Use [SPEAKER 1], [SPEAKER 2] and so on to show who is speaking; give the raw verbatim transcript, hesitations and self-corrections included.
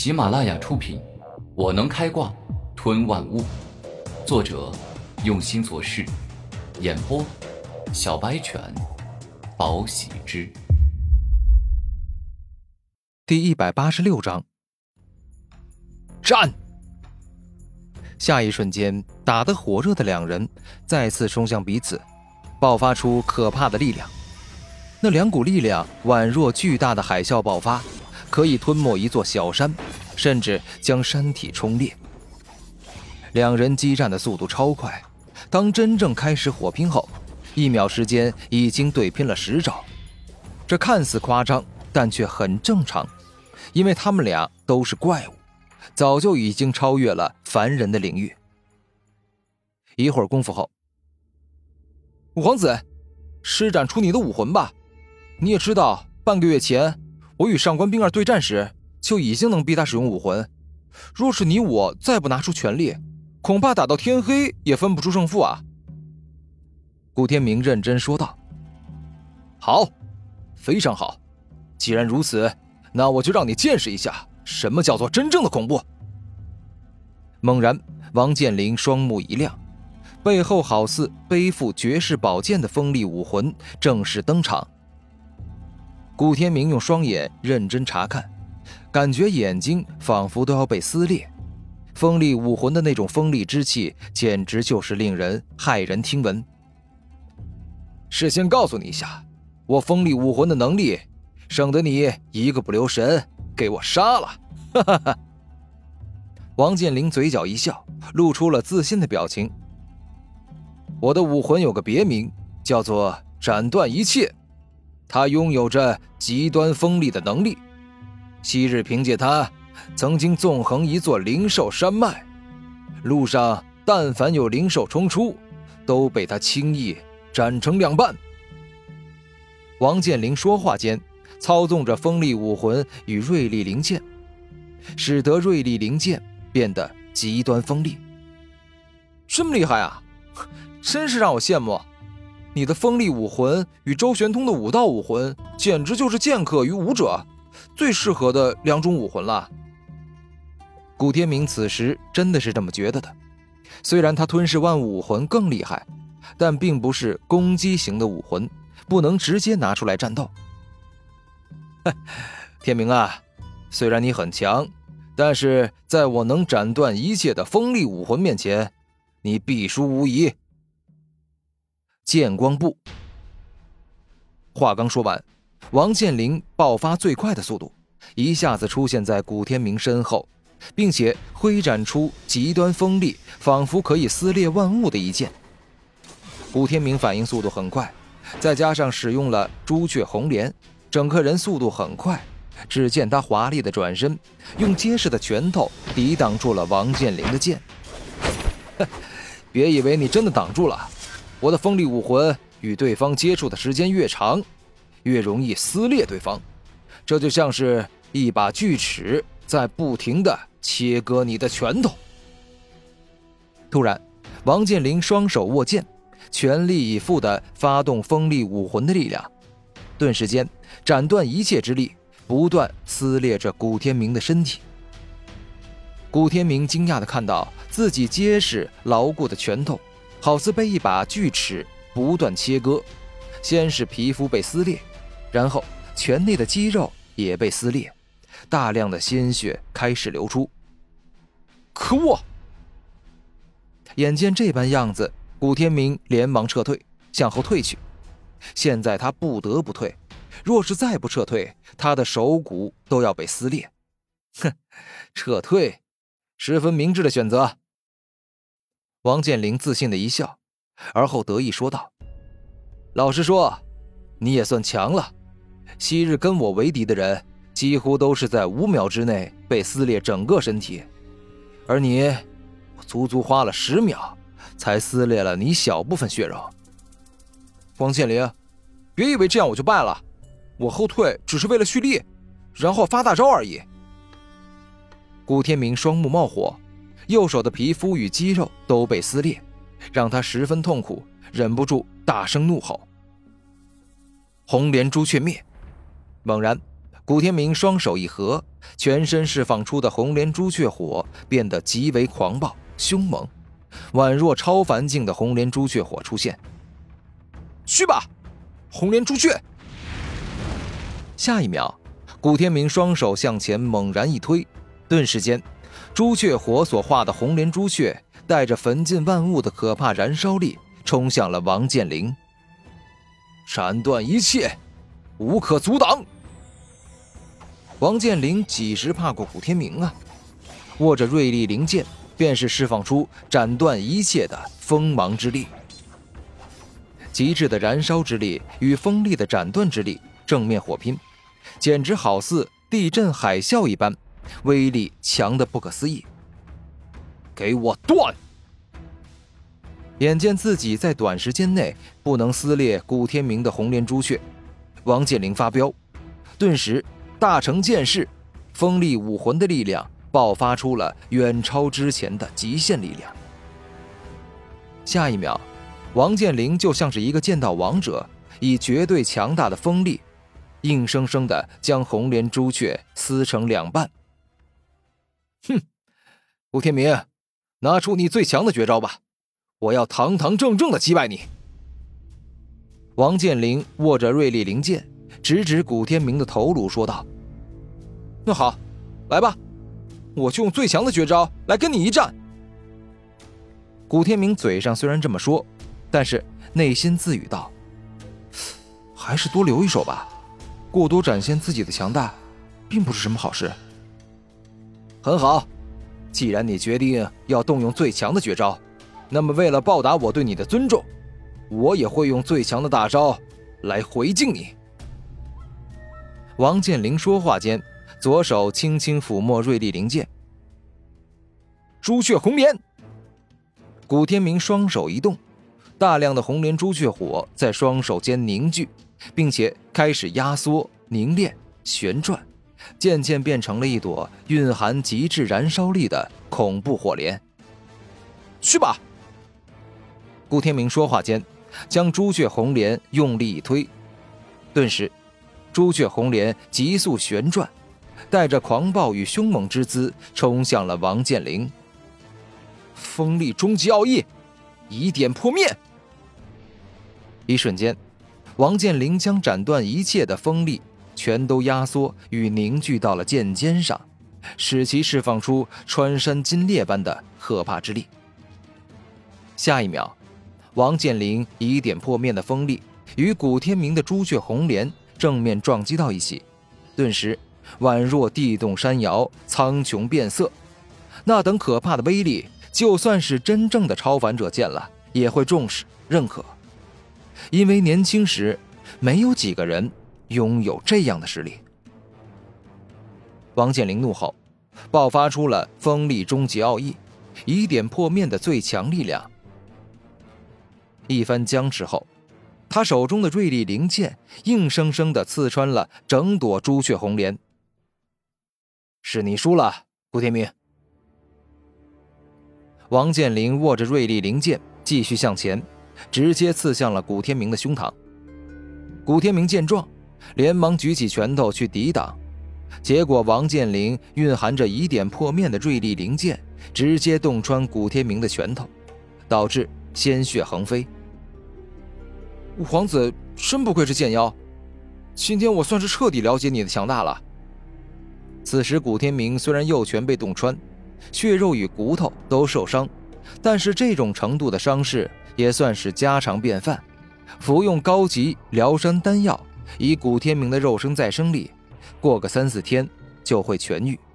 [SPEAKER 1] 喜马拉雅出品，我能开挂吞万物。作者用心做事，演播小白犬，宝喜之。
[SPEAKER 2] 第一百八十六章，战！下一瞬间，打得火热的两人再次冲向彼此，爆发出可怕的力量。那两股力量宛若巨大的海啸爆发，可以吞没一座小山，甚至将山体冲裂。两人激战的速度超快，当真正开始火拼后，一秒时间已经对拼了十招。这看似夸张，但却很正常，因为他们俩都是怪物，早就已经超越了凡人的领域。一会儿功夫后，武皇子，施展出你的武魂吧！你也知道，半个月前我与上官冰儿对战时，就已经能逼他使用武魂。若是你我再不拿出全力，恐怕打到天黑也分不出胜负啊！顾天明认真说道。好，非常好。既然如此，那我就让你见识一下什么叫做真正的恐怖。猛然，王健林双目一亮，背后好似背负绝世宝剑的锋利武魂正式登场。顾天明用双眼认真查看，感觉眼睛仿佛都要被撕裂。锋利武魂的那种锋利之气，简直就是令人骇人听闻。事先告诉你一下，我锋利武魂的能力，省得你一个不留神给我杀了。哈哈哈！王健林嘴角一笑，露出了自信的表情。我的武魂有个别名，叫做斩断一切，它拥有着极端锋利的能力。昔日凭借它，曾经纵横一座灵兽山脉，路上但凡有灵兽冲出，都被他轻易斩成两半。王健林说话间，操纵着锋利武魂与锐利灵剑，使得锐利灵剑变得极端锋利。这么厉害啊，真是让我羡慕。你的锋利武魂与周玄通的武道武魂，简直就是剑客与武者最适合的两种武魂了。古天明此时真的是这么觉得的，虽然他吞噬万物武魂更厉害，但并不是攻击型的武魂，不能直接拿出来战斗。天明啊，虽然你很强，但是在我能斩断一切的锋利武魂面前，你必输无疑。剑光步。话刚说完，王健林爆发最快的速度，一下子出现在古天明身后，并且挥展出极端锋利，仿佛可以撕裂万物的一剑。古天明反应速度很快，再加上使用了朱雀红莲，整个人速度很快。只见他华丽的转身，用结实的拳头抵挡住了王健林的剑。别以为你真的挡住了，我的锋利武魂与对方接触的时间越长，越容易撕裂对方，这就像是一把锯齿在不停地切割你的拳头。突然，王健林双手握剑，全力以赴地发动锋利武魂的力量，顿时间斩断一切之力不断撕裂着古天明的身体。古天明惊讶地看到自己结实牢固的拳头好似被一把锯齿不断切割，先是皮肤被撕裂，然后拳内的肌肉也被撕裂，大量的鲜血开始流出。可恶！眼见这般样子，古天明连忙撤退，向后退去。现在他不得不退，若是再不撤退，他的手骨都要被撕裂。哼，撤退，十分明智的选择。王健林自信的一笑，而后得意说道：老实说，你也算强了。昔日跟我为敌的人，几乎都是在五秒之内被撕裂整个身体，而你足足花了十秒才撕裂了你小部分血肉。王健林，别以为这样我就败了，我后退只是为了蓄力，然后发大招而已。古天明双目冒火，右手的皮肤与肌肉都被撕裂，让他十分痛苦，忍不住大声怒吼：红莲朱雀灭！猛然， 古天明双手一合，全身释放出的红莲朱雀火变得极为狂暴凶猛，宛若超凡境的红莲朱雀火出现。去吧，红莲朱雀！下一秒，古天明双手向前猛然一推，顿时间，朱雀火所化的红莲朱雀带着焚尽万物的可怕燃烧力，冲向了王剑灵。斩断一切，无可阻挡！王剑灵几时怕过古天明啊？握着锐利灵剑，便是释放出斩断一切的锋芒之力。极致的燃烧之力与锋利的斩断之力正面火拼，简直好似地震海啸一般，威力强得不可思议。给我断！眼见自己在短时间内不能撕裂古天明的红莲朱雀，王剑灵发飙，顿时大成剑势，锋利武魂的力量爆发出了远超之前的极限力量。下一秒，王剑灵就像是一个剑道王者，以绝对强大的锋利，硬生生地将红莲朱雀撕成两半。哼，古天明，拿出你最强的绝招吧，我要堂堂正正地击败你。王剑灵握着锐利灵剑，直指古天明的头颅说道：那好，来吧，我就用最强的绝招来跟你一战。古天明嘴上虽然这么说，但是内心自语道：还是多留一手吧，过多展现自己的强大并不是什么好事。很好，既然你决定要动用最强的绝招，那么为了报答我对你的尊重，我也会用最强的大招来回敬你。王剑灵说话间，左手轻轻抚摸锐利灵剑。朱雀红莲！古天明双手一动，大量的红莲朱雀火在双手间凝聚，并且开始压缩、凝练、旋转，渐渐变成了一朵蕴含极致燃烧力的恐怖火莲。去吧！古天明说话间，将朱雀红莲用力一推，顿时朱雀红莲急速旋转，带着狂暴与凶猛之姿冲向了王剑灵。锋利终极奥义，以点破面！一瞬间，王剑灵将斩断一切的锋利全都压缩与凝聚到了剑尖上，使其释放出穿山金裂般的可怕之力。下一秒，王剑灵以点破面的锋利与古天明的朱雀红莲正面撞击到一起，顿时宛若地动山摇，苍穹变色。那等可怕的威力，就算是真正的超凡者见了也会重视认可，因为年轻时没有几个人拥有这样的实力。王剑灵怒吼，爆发出了锋利终极奥义，以点破面的最强力量。一番僵持后，他手中的锐利灵剑硬生生地刺穿了整朵朱雀红莲。是你输了，古天明。王剑灵握着锐利灵剑继续向前，直接刺向了古天明的胸膛。古天明见状，连忙举起拳头去抵挡，结果王剑灵蕴含着以点破面的锐利灵剑直接洞穿古天明的拳头，导致鲜血横飞。五皇子真不愧是剑妖，今天我算是彻底了解你的强大了。此时古天明虽然右拳被洞穿，血肉与骨头都受伤，但是这种程度的伤势也算是家常便饭，服用高级疗伤丹药，以古天明的肉身再生力，过个三四天就会痊愈。